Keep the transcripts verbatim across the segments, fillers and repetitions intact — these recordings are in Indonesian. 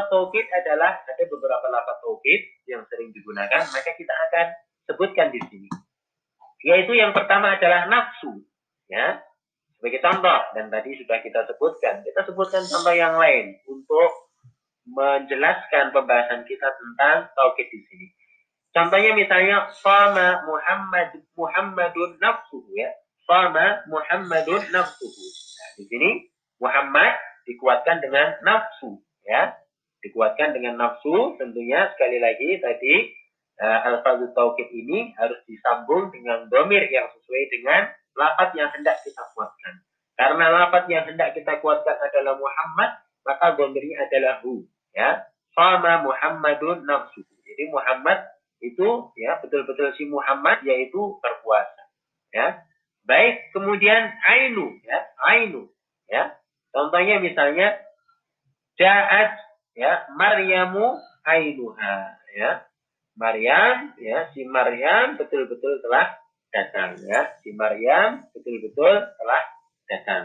lafaz taukid adalah ada beberapa lafaz taukid yang sering digunakan, maka kita akan sebutkan di sini. Yaitu yang pertama adalah nafsu, ya. Sebagai contoh, dan tadi sudah kita sebutkan, kita sebutkan contoh yang lain untuk menjelaskan pembahasan kita tentang taukid di sini. Contohnya misalnya sama Muhammad Muhammadun nafsuhu, ya. Sama Muhammadun nafsuhu. Nah, di sini Muhammad dikuatkan dengan nafsu, ya. Dikuatkan dengan nafsu, tentunya sekali lagi tadi uh, al-fadhu taukid ini harus disambung dengan dhamir yang sesuai dengan lafaz yang hendak kita kuatkan. Karena lafaz yang hendak kita kuatkan adalah Muhammad, maka dhamirnya adalah hu, ya. Sama Muhammadun nafsuhu. Jadi Muhammad itu, ya, betul-betul si Muhammad yaitu berpuasa, ya. Baik, kemudian ainu, ya, ainu, ya. Contohnya misalnya ja'at, ya, Maryamu ainuha, ya. Maryam, ya, si Maryam betul-betul telah datang, ya. Si Maryam betul-betul telah datang.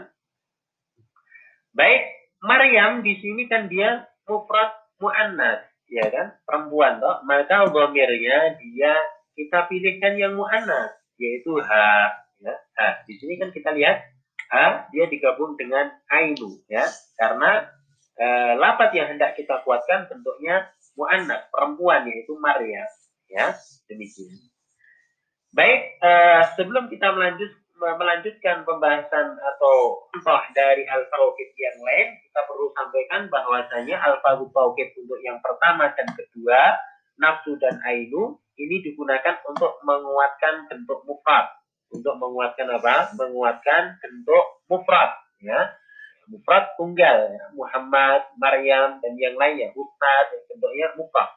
Baik, Maryam di sini kan dia mufrad muannas, ya kan, perempuan toh, maka dhamirnya dia kita pilihkan yang muannas, yaitu ha, ya. Ha, di sini kan kita lihat ha dia digabung dengan ainu, ya, karena e, lafaz yang hendak kita kuatkan bentuknya muannas, perempuan, yaitu Maryam, ya, demikian. Baik, e, sebelum kita melanjut melanjutkan pembahasan atau contoh dari al-taukid yang lain, kita perlu sampaikan bahwasanya al-fadhu taukid untuk yang pertama dan kedua, nafsu dan ainu, ini digunakan untuk menguatkan bentuk mufrad. Untuk menguatkan apa? Menguatkan bentuk mufrad, ya. Mufrad tunggal, ya. Muhammad, Maryam, dan yang lainnya, Ustaz, bentuknya mufrad.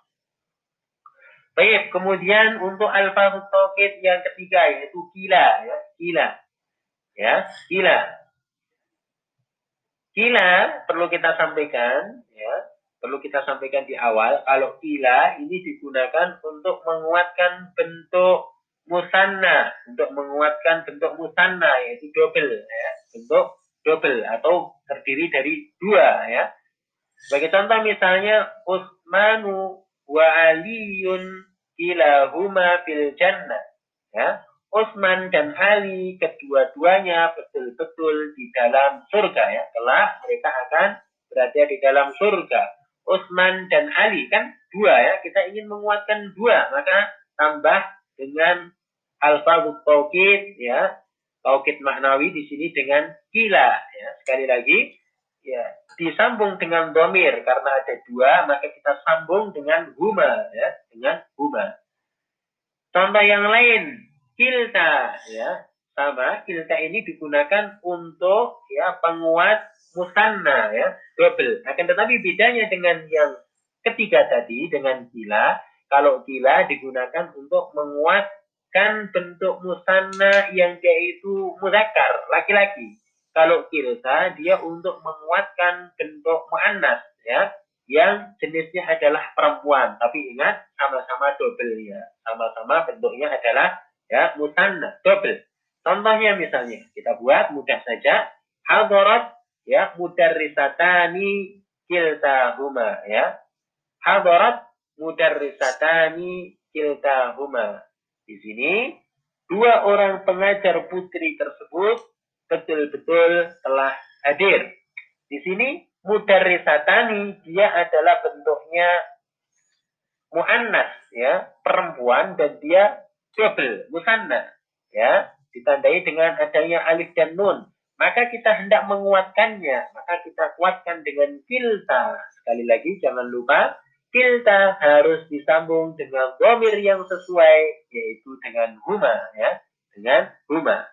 Baik, kemudian untuk al-fadhu taukid yang ketiga yaitu kila, ya, kila. Ya, kila. Kila perlu kita sampaikan, ya, perlu kita sampaikan di awal, kalau kila ini digunakan untuk menguatkan bentuk musanna, untuk menguatkan bentuk musanna yaitu double, ya, bentuk double atau terdiri dari dua, ya. Sebagai contoh misalnya Utsmanu wa Aliyun kilahuma fil jannah, ya. Utsman dan Ali kedua-duanya betul-betul di dalam surga, ya. Kelak mereka akan berada di dalam surga. Utsman dan Ali kan dua, ya. Kita ingin menguatkan dua, maka tambah dengan al-fadhu taukid, ya. Taukid maknawi di sini dengan kila, ya. Sekali lagi, ya, disambung dengan dhamir karena ada dua, maka kita sambung dengan huma, ya, dengan huma. Contoh yang lain, kilta, ya, sama, kilta ini digunakan untuk, ya, penguat musanna, ya, double. Akan tetapi bedanya dengan yang ketiga tadi, dengan kila, kalau kila digunakan untuk menguatkan bentuk musanna yang yaitu muzakkar, laki-laki. Kalau kilta dia untuk menguatkan bentuk muannas, ya, yang jenisnya adalah perempuan, tapi ingat sama-sama double, ya, sama-sama bentuknya adalah, ya, musanna, double. Contohnya misalnya kita buat mudah saja, hadarat, ya, mudarrisatani kiltahuma, ya. Hadarat mudarrisatani kiltahuma. Di sini dua orang pengajar putri tersebut betul-betul telah hadir. Di sini mudarrisatani dia adalah bentuknya muannas, ya, perempuan, dan dia double, musanna, ya, ditandai dengan adanya alif dan nun. Maka kita hendak menguatkannya, maka kita kuatkan dengan kilta. Sekali lagi jangan lupa, kilta harus disambung dengan dhamir yang sesuai, yaitu dengan huma, ya, dengan huma.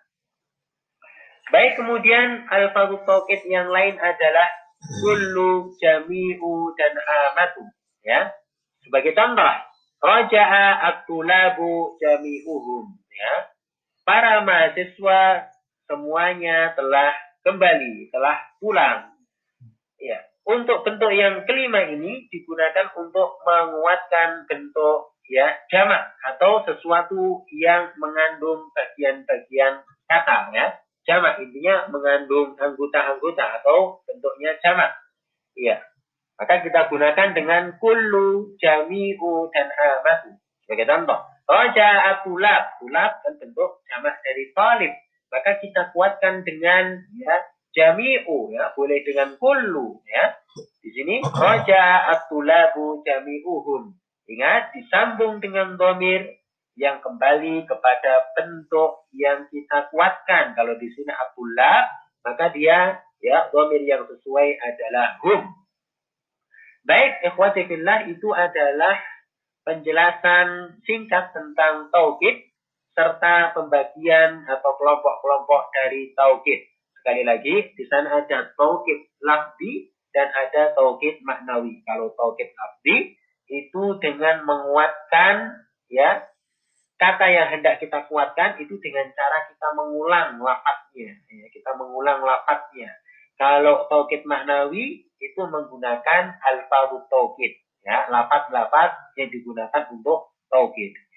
Baik, kemudian al-fadhu taukid yang lain adalah kullu, jami'u, dan amatu, ya. Sebagai contoh, raja'a at-tulabu jami'uhum, ya. Para mahasiswa semuanya telah kembali, telah pulang. Ya. Untuk bentuk yang kelima ini digunakan untuk menguatkan bentuk, ya, jamak atau sesuatu yang mengandung bagian-bagian kata, ya. Jamak intinya mengandung anggota-anggota atau bentuknya jamak. Iya. Maka kita gunakan dengan kullu, jami'u, dan amatu. Sebagai contoh, roja'a tulab. Tulab kan bentuk jamak dari talib. Maka kita kuatkan dengan ya jami'u, ya boleh dengan kullu, ya. Di sini roja'a tulabu jami'uhum. Ingat, disambung dengan dhamir yang kembali kepada bentuk yang kita kuatkan. Kalau di sini Abdullah, maka dia ya dhamir yang sesuai adalah hum. Baik, ikhwati fillah, itu adalah penjelasan singkat tentang tauhid serta pembagian atau kelompok-kelompok dari tauhid. Sekali lagi, di sana ada tauhid lafzi dan ada tauhid maknawi. Kalau tauhid lafzi itu dengan menguatkan ya kata yang hendak kita kuatkan itu dengan cara kita mengulang lafadznya, ya, kita mengulang lafadznya. Kalau tauhid maknawi itu menggunakan alfazut tauhid, ya, lafaz-lafaz yang digunakan untuk tauhid.